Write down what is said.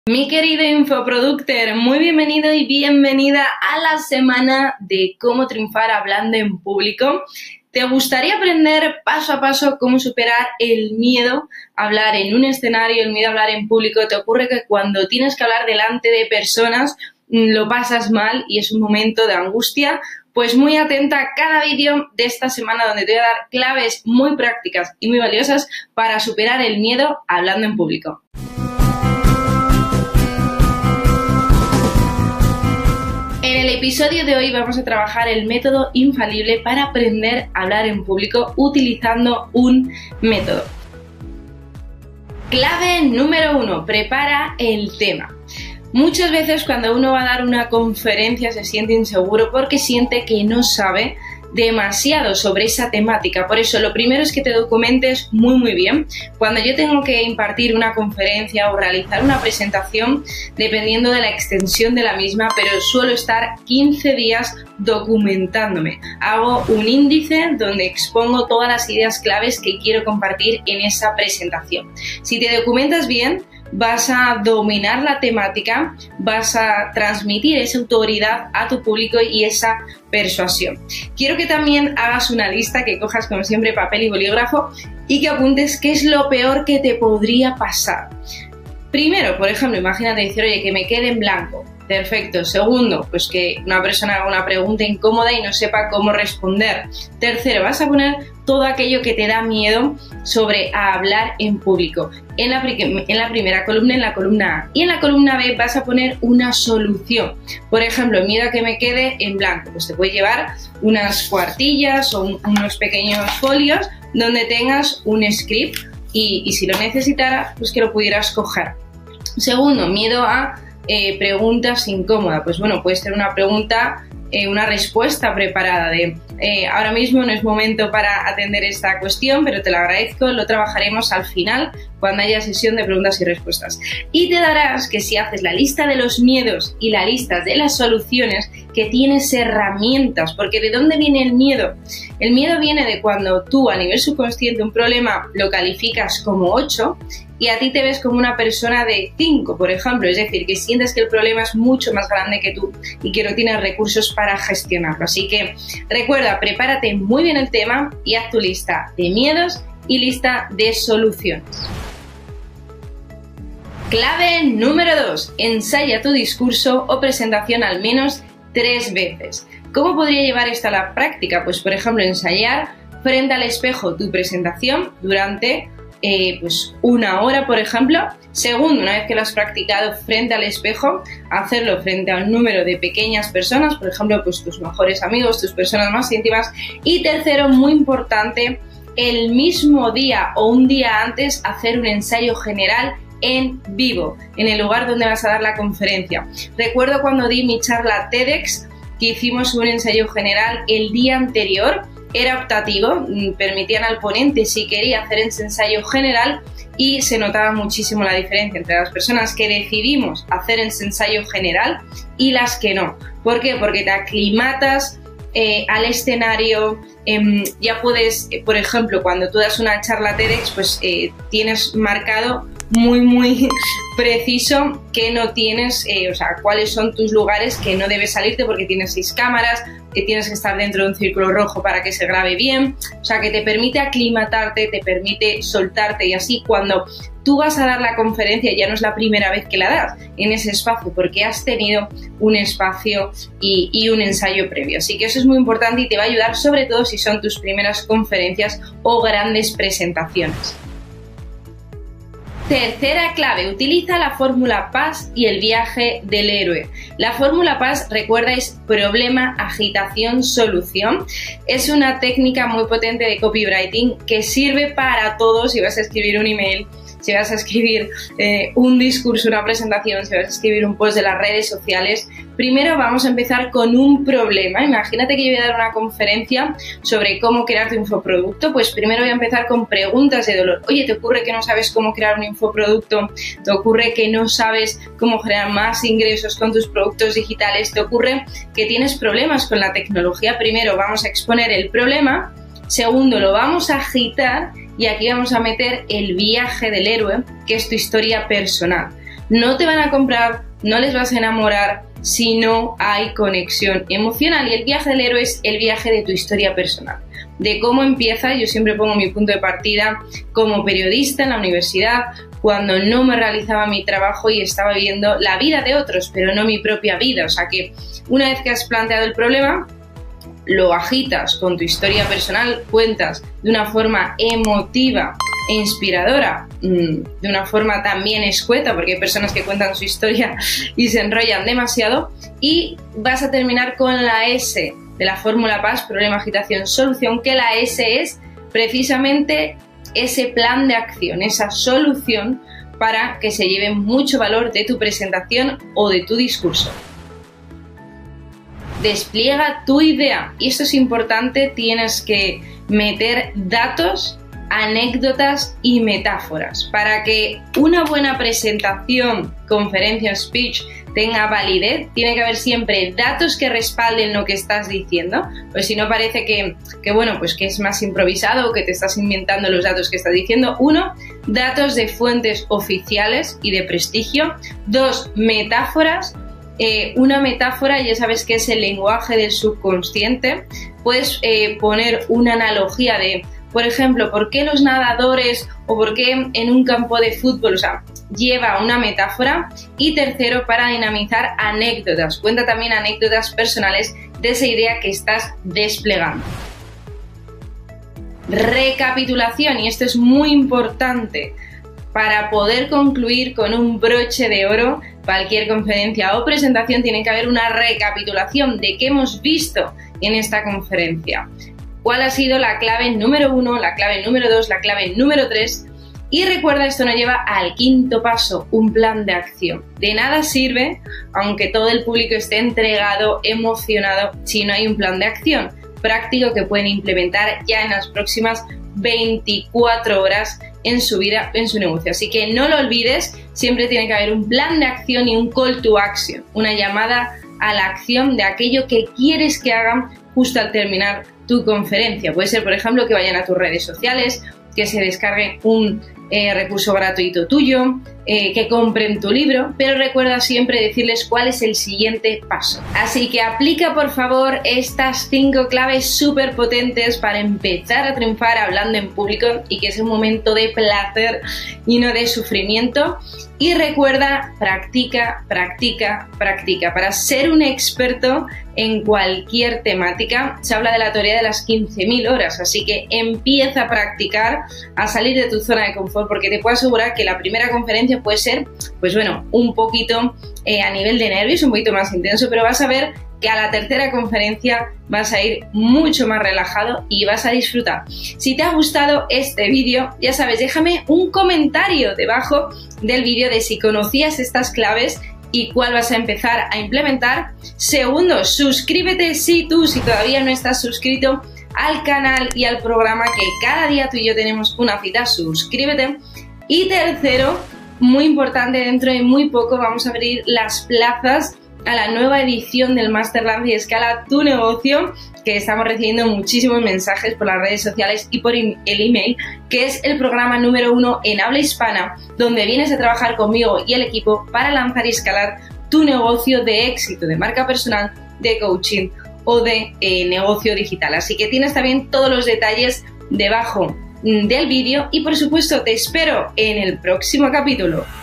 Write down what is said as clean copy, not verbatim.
Mi querido infoproductor, muy bienvenido y bienvenida a la semana de cómo triunfar hablando en público. ¿Te gustaría aprender paso a paso cómo superar el miedo a hablar en un escenario, el miedo a hablar en público? ¿Te ocurre que cuando tienes que hablar delante de personas lo pasas mal y es un momento de angustia? Pues muy atenta a cada vídeo de esta semana donde te voy a dar claves muy prácticas y muy valiosas para superar el miedo hablando en público. En el episodio de hoy vamos a trabajar el método infalible para aprender a hablar en público utilizando un método. Clave número 1, prepara el tema. Muchas veces cuando uno va a dar una conferencia se siente inseguro porque siente que no sabe demasiado sobre esa temática. Por eso lo primero es que te documentes muy bien. Cuando yo tengo que impartir una conferencia o realizar una presentación, dependiendo de la extensión de la misma, pero suelo estar 15 días documentándome. Hago un índice donde expongo todas las ideas claves que quiero compartir en esa presentación. Si te documentas bien, vas a dominar la temática, vas a transmitir esa autoridad a tu público y esa persuasión. Quiero que también hagas una lista, que cojas como siempre papel y bolígrafo y que apuntes qué es lo peor que te podría pasar. Primero, por ejemplo, imagínate decir, oye, que me quede en blanco. Perfecto. Segundo, pues que una persona haga una pregunta incómoda y no sepa cómo responder. Tercero, vas a poner todo aquello que te da miedo sobre hablar en público. En la primera columna, en la columna A. Y en la columna B vas a poner una solución. Por ejemplo, miedo a que me quede en blanco. Pues te puedes llevar unas cuartillas o unos pequeños folios donde tengas un script y si lo necesitaras, pues que lo pudieras coger. Segundo, miedo a preguntas incómodas. Pues bueno, puedes tener una pregunta, una respuesta preparada de ahora mismo no es momento para atender esta cuestión, pero te lo agradezco, lo trabajaremos al final cuando haya sesión de preguntas y respuestas. Y te darás que si haces la lista de los miedos y la lista de las soluciones, que tienes herramientas, porque ¿de dónde viene el miedo? El miedo viene de cuando tú a nivel subconsciente un problema lo calificas como 8 y a ti te ves como una persona de 5, por ejemplo, es decir, que sientes que el problema es mucho más grande que tú y que no tienes recursos para gestionarlo. Así que recuerda, prepárate muy bien el tema y haz tu lista de miedos y lista de soluciones. Clave número 2. Ensaya tu discurso o presentación al menos 3 veces. ¿Cómo podría llevar esto a la práctica? Pues por ejemplo, ensayar frente al espejo tu presentación durante pues una hora, por ejemplo. Segundo, una vez que lo has practicado frente al espejo, hacerlo frente a un número de pequeñas personas, por ejemplo, pues tus mejores amigos, tus personas más íntimas. Y tercero, muy importante, el mismo día o un día antes hacer un ensayo general en vivo, en el lugar donde vas a dar la conferencia. Recuerdo cuando di mi charla TEDx que hicimos un ensayo general el día anterior. Era optativo, permitían al ponente si quería hacer ese ensayo general y se notaba muchísimo la diferencia entre las personas que decidimos hacer ese ensayo general y las que no. ¿Por qué? Porque te aclimatas al escenario, ya puedes, por ejemplo, cuando tú das una charla TEDx, pues tienes marcado muy preciso que no tienes, o sea, cuáles son tus lugares que no debes salirte porque tienes 6 cámaras, que tienes que estar dentro de un círculo rojo para que se grabe bien, o sea, que te permite aclimatarte, te permite soltarte y así cuando tú vas a dar la conferencia ya no es la primera vez que la das en ese espacio porque has tenido un espacio y un ensayo previo. Así que eso es muy importante y te va a ayudar sobre todo si son tus primeras conferencias o grandes presentaciones. Tercera clave, utiliza la fórmula PAS y el viaje del héroe. La fórmula PAS, recuerda, es problema, agitación, solución. Es una técnica muy potente de copywriting que sirve para todo si vas a escribir un email, si vas a escribir un discurso, una presentación, si vas a escribir un post de las redes sociales. Primero vamos a empezar con un problema. Imagínate que yo voy a dar una conferencia sobre cómo crear tu infoproducto. Pues primero voy a empezar con preguntas de dolor. Oye, ¿te ocurre que no sabes cómo crear un infoproducto? ¿Te ocurre que no sabes cómo generar más ingresos con tus productos digitales? ¿Te ocurre que tienes problemas con la tecnología? Primero vamos a exponer el problema. Segundo, lo vamos a agitar y aquí vamos a meter el viaje del héroe, que es tu historia personal. no te van a comprar, no les vas a enamorar si no hay conexión emocional. Y el viaje del héroe es el viaje de tu historia personal, de cómo empieza. Yo siempre pongo mi punto de partida como periodista en la universidad, cuando no me realizaba mi trabajo y estaba viviendo la vida de otros, pero no mi propia vida. O sea que una vez que has planteado el problema, lo agitas con tu historia personal, cuentas de una forma emotiva e inspiradora, de una forma también escueta, porque hay personas que cuentan su historia y se enrollan demasiado, y vas a terminar con la S de la fórmula PAS, problema, agitación, solución, que la S es precisamente ese plan de acción, esa solución para que se lleve mucho valor de tu presentación o de tu discurso. Despliega tu idea, y esto es importante, tienes que meter datos, anécdotas y metáforas para que una buena presentación, conferencia, speech tenga validez. Tiene que haber siempre datos que respalden lo que estás diciendo, pues si no parece que bueno, pues que es más improvisado o que te estás inventando los datos que estás diciendo. 1, datos de fuentes oficiales y de prestigio. 2, metáforas. Una metáfora, ya sabes que es el lenguaje del subconsciente. Puedes poner una analogía de, por ejemplo, por qué los nadadores o por qué en un campo de fútbol, o sea, lleva una metáfora. Y tercero, para dinamizar, anécdotas. Cuenta también anécdotas personales de esa idea que estás desplegando. Recapitulación, y esto es muy importante. Para poder concluir con un broche de oro cualquier conferencia o presentación, tiene que haber una recapitulación de qué hemos visto en esta conferencia. ¿Cuál ha sido la clave número 1, la clave número 2, la clave número 3? Y recuerda, esto nos lleva al quinto paso, un plan de acción. De nada sirve, aunque todo el público esté entregado, emocionado, si no hay un plan de acción práctico que pueden implementar ya en las próximas 24 horas en su vida, en su negocio. Así que no lo olvides, siempre tiene que haber un plan de acción y un call to action, una llamada a la acción de aquello que quieres que hagan justo al terminar tu conferencia. Puede ser, por ejemplo, que vayan a tus redes sociales, que se descarguen un recurso gratuito tuyo, que compren tu libro, pero recuerda siempre decirles cuál es el siguiente paso. Así que aplica por favor estas 5 claves súper potentes para empezar a triunfar hablando en público y que sea un momento de placer y no de sufrimiento. Y recuerda, practica, practica, practica. Para ser un experto en cualquier temática, se habla de la teoría de las 15.000 horas, así que empieza a practicar, a salir de tu zona de confort, porque te puedo asegurar que la primera conferencia puede ser, pues bueno, un poquito a nivel de nervios, un poquito más intenso, pero vas a ver que a la tercera conferencia vas a ir mucho más relajado y vas a disfrutar. Si te ha gustado este vídeo, ya sabes, déjame un comentario debajo del vídeo de si conocías estas claves y cuál vas a empezar a implementar. Segundo, suscríbete si todavía no estás suscrito al canal y al programa, que cada día tú y yo tenemos una cita, suscríbete. Y tercero, muy importante, dentro de muy poco vamos a abrir las plazas a la nueva edición del Máster Lanza y Escala tu negocio, que estamos recibiendo muchísimos mensajes por las redes sociales y por el email, que es el programa número 1 en habla hispana, donde vienes a trabajar conmigo y el equipo para lanzar y escalar tu negocio de éxito, de marca personal, de coaching o de negocio digital. Así que tienes también todos los detalles debajo del vídeo y por supuesto te espero en el próximo capítulo.